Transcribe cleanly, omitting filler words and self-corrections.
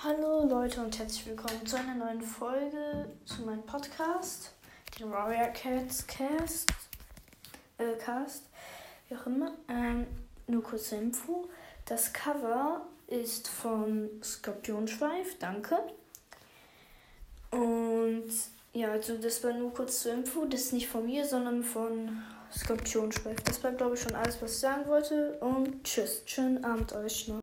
Hallo Leute und herzlich willkommen zu einer neuen Folge zu meinem Podcast, den Warrior Cats Cast, wie auch immer. Nur kurze Info, das Cover ist von Skorpionschweif, danke. Und ja, also das war nur kurz zur Info, das ist nicht von mir, sondern von Skorpionschweif. Das war, glaube ich, schon alles, was ich sagen wollte, und tschüss, schönen Abend euch noch.